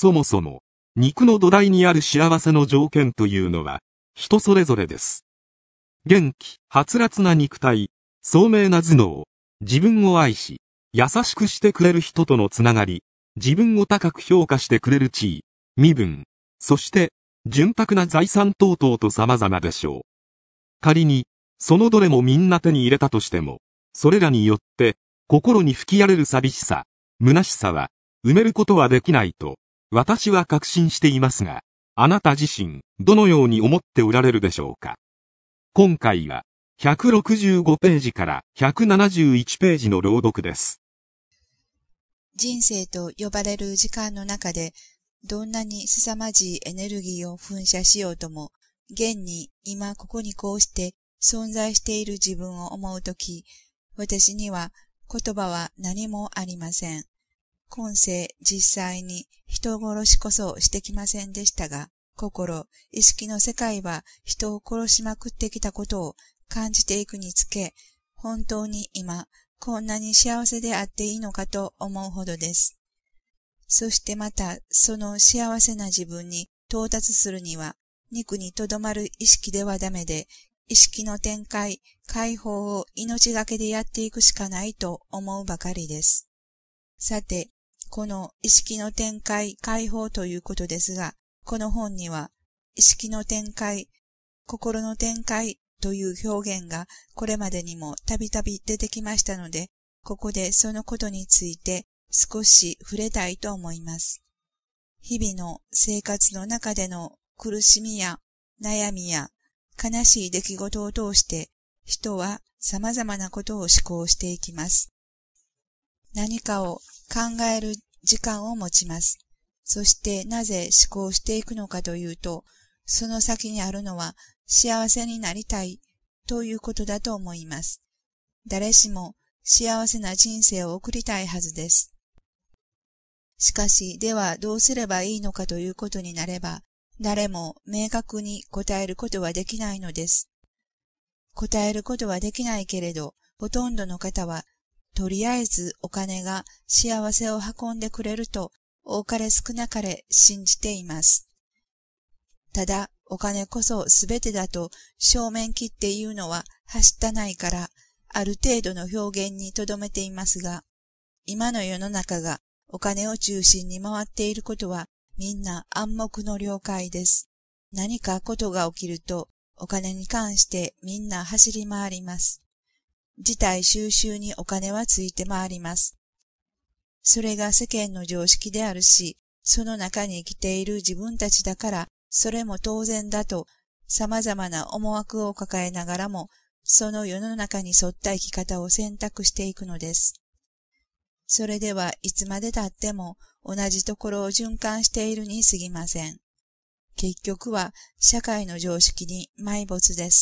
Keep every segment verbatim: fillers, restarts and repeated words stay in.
そもそも、肉の土台にある幸せの条件というのは、人それぞれです。元気、はつらつな肉体、聡明な頭脳、自分を愛し、優しくしてくれる人とのつながり、自分を高く評価してくれる地位、身分、そして、潤沢な財産等々と様々でしょう。仮に、そのどれもみんな手に入れたとしても、それらによって、心に吹き荒れる寂しさ、虚しさは、埋めることはできないと、私は確信していますが、あなた自身、どのように思っておられるでしょうか。今回は、ひゃくろくじゅうごページからひゃくななじゅういちページの朗読です。 人生と呼ばれる時間の中で、どんなに凄まじいエネルギーを噴射しようとも、現に今ここにこうして存在している自分を思うとき、私には言葉は何もありません。今世実際に人殺しこそしてきませんでしたが、心、意識の世界は人を殺しまくってきたことを感じていくにつけ、本当に今こんなに幸せであっていいのかと思うほどです。そしてまたその幸せな自分に到達するには、肉にとどまる意識ではダメで、意識の展開、解放を命がけでやっていくしかないと思うばかりです。さて、この意識の展開、解放ということですが、この本には、意識の展開、心の展開という表現がこれまでにもたびたび出てきましたので、ここでそのことについて少し触れたいと思います。日々の生活の中での苦しみや悩みや悲しい出来事を通して人は様々なことを思考していきます。何かを考える時間を持ちます。そしてなぜ思考していくのかというと、その先にあるのは幸せになりたいということだと思います。誰しも幸せな人生を送りたいはずです。しかし、ではどうすればいいのかということになれば、誰も明確に答えることはできないのです。答えることはできないけれど、ほとんどの方は、とりあえずお金が幸せを運んでくれると、多かれ少なかれ信じています。ただ、お金こそすべてだと正面切って言うのははしたないから、ある程度の表現にとどめていますが、今の世の中がお金を中心に回っていることはみんな暗黙の了解です。何かことが起きるとお金に関してみんな走り回ります。事態収集にお金はついて回ります。それが世間の常識であるし、その中に生きている自分たちだからそれも当然だと様々な思惑を抱えながらも、その世の中に沿った生き方を選択していくのです。それではいつまで経っても同じところを循環しているに過ぎません。結局は社会の常識に埋没です。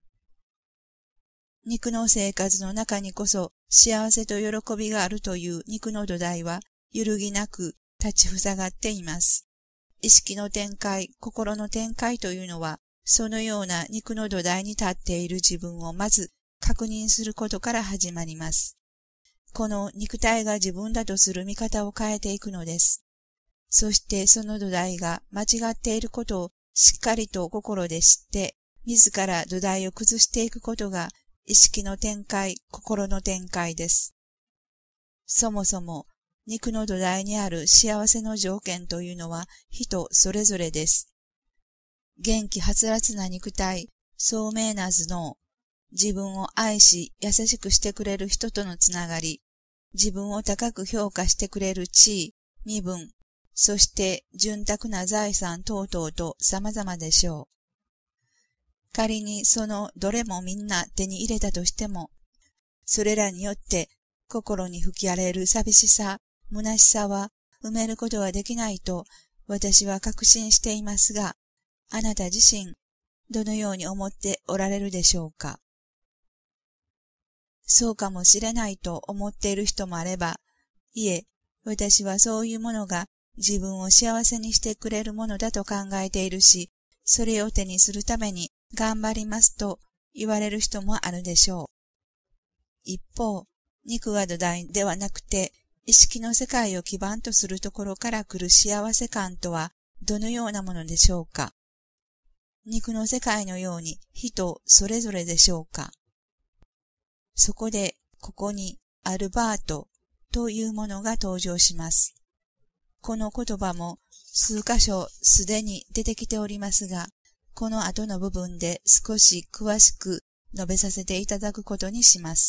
肉の生活の中にこそ幸せと喜びがあるという肉の土台は揺るぎなく立ちふさがっています。意識の展開、心の展開というのは、そのような肉の土台に立っている自分をまず確認することから始まります。この肉体が自分だとする見方を変えていくのです。そしてその土台が間違っていることをしっかりと心で知って、自ら土台を崩していくことが意識の展開、心の展開です。そもそも肉の土台にある幸せの条件というのは人それぞれです。元気はつらつな肉体、聡明な頭脳、自分を愛し優しくしてくれる人とのつながり、自分を高く評価してくれる地位、身分、そして潤沢な財産等々と様々でしょう。仮にそのどれもみんな手に入れたとしても、それらによって心に吹き荒れる寂しさ、虚しさは埋めることはできないと私は確信していますが、あなた自身どのように思っておられるでしょうか。そうかもしれないと思っている人もあれば、いえ、私はそういうものが自分を幸せにしてくれるものだと考えているし、それを手にするために頑張りますと言われる人もあるでしょう。一方、肉が土台ではなくて、 意識の世界を基盤とするところから来る幸せ感とはどのようなものでしょうか。肉の世界のように人それぞれでしょうか。そこでここにアルバートというものが登場します。この言葉も数箇所すでに出てきておりますが、この後の部分で少し詳しく述べさせていただくことにします。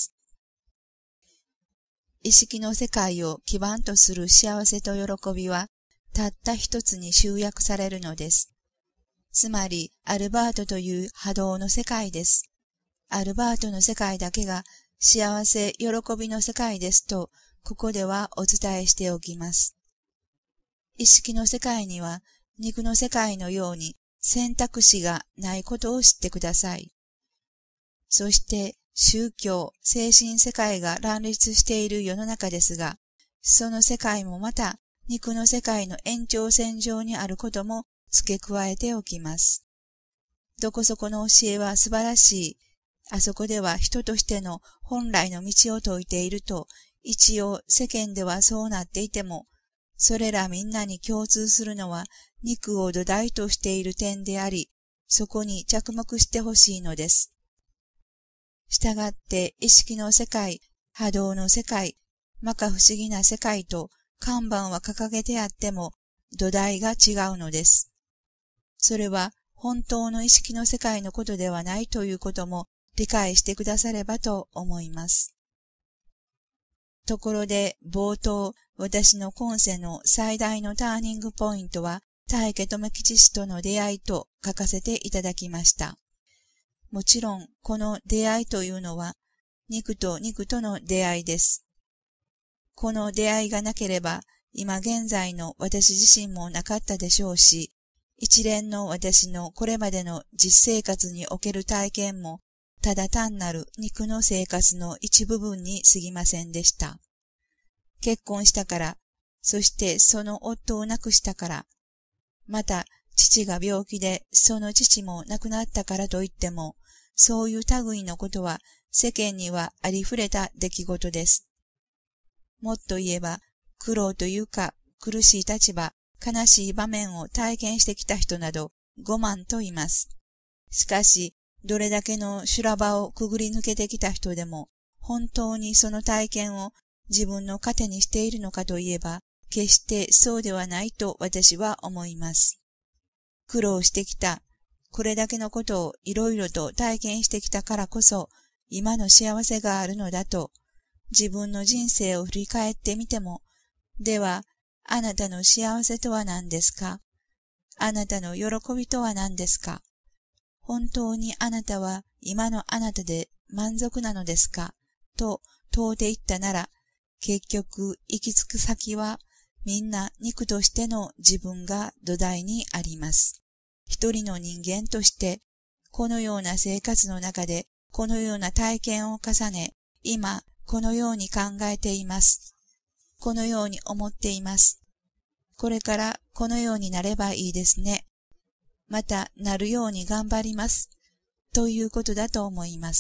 意識の世界を基盤とする幸せと喜びは、たった一つに集約されるのです。つまり、アルバートという波動の世界です。アルバートの世界だけが幸せ、喜びの世界ですと、ここではお伝えしておきます。意識の世界には、肉の世界のように選択肢がないことを知ってください。そして、宗教、精神世界が乱立している世の中ですが、その世界もまた肉の世界の延長線上にあることも付け加えておきます。どこそこの教えは素晴らしい。あそこでは人としての本来の道を説いていると、一応世間ではそうなっていても、それらみんなに共通するのは肉を土台としている点であり、そこに着目してほしいのです。したがって意識の世界、波動の世界、摩訶不思議な世界と看板は掲げてあっても土台が違うのです。それは本当の意識の世界のことではないということも理解してくださればと思います。ところで冒頭、私の今世の最大のターニングポイントは大家留吉氏との出会いと書かせていただきました。もちろん、この出会いというのは、肉と肉との出会いです。この出会いがなければ、今現在の私自身もなかったでしょうし、一連の私のこれまでの実生活における体験も、ただ単なる肉の生活の一部分に過ぎませんでした。結婚したから、そしてその夫を亡くしたから、また父が病気でその父も亡くなったからといっても、そういう類のことは世間にはありふれた出来事です。もっと言えば、苦労というか苦しい立場、悲しい場面を体験してきた人などごまんといます。しかし、どれだけの修羅場をくぐり抜けてきた人でも、本当にその体験を自分の糧にしているのかといえば、決してそうではないと私は思います。苦労してきた、これだけのことをいろいろと体験してきたからこそ、今の幸せがあるのだと、自分の人生を振り返ってみても、では、あなたの幸せとは何ですか？あなたの喜びとは何ですか？本当にあなたは今のあなたで満足なのですか？と問うていったなら、結局行き着く先はみんな肉としての自分が土台にあります。一人の人間として、このような生活の中でこのような体験を重ね、今このように考えています。このように思っています。これからこのようになればいいですね。またなるように頑張ります。ということだと思います。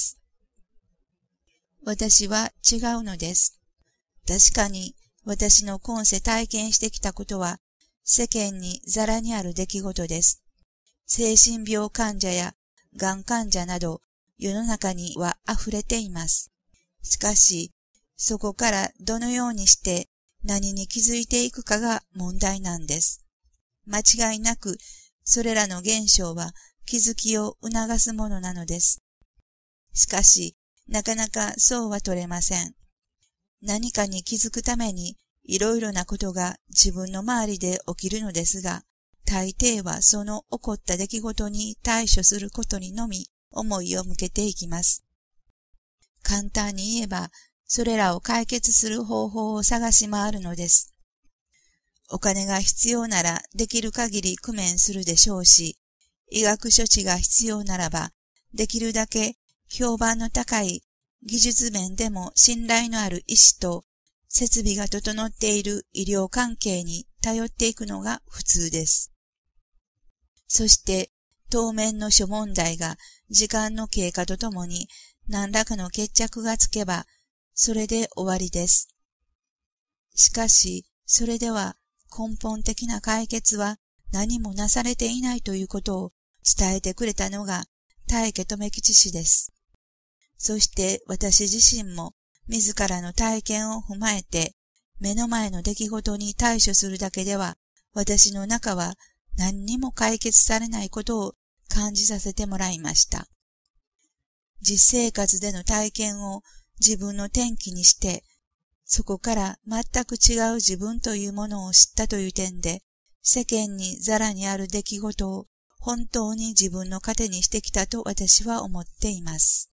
私は違うのです。確かに私の今世体験してきたことは世間にざらにある出来事です。精神病患者やがん患者など世の中には溢れています。しかし、そこからどのようにして何に気づいていくかが問題なんです。間違いなく、それらの現象は気づきを促すものなのです。しかし、なかなかそうは取れません。何かに気づくために、いろいろなことが自分の周りで起きるのですが、大抵はその起こった出来事に対処することにのみ思いを向けていきます。簡単に言えば、それらを解決する方法を探し回るのです。お金が必要ならできる限り工面するでしょうし、医学処置が必要ならば、できるだけ評判の高い技術面でも信頼のある医師と設備が整っている医療関係に頼っていくのが普通です。そして当面の諸問題が時間の経過とともに何らかの決着がつけば、それで終わりです。 しかし、それでは根本的な解決は何もなされていないということを伝えてくれたのが大家留吉氏です。そして私自身も自らの体験を踏まえて目の前の出来事に対処するだけでは私の中は何にも解決されないことを感じさせてもらいました。実生活での体験を自分の転機にして、そこから全く違う自分というものを知ったという点で、世間にざらにある出来事を本当に自分の糧にしてきたと私は思っています。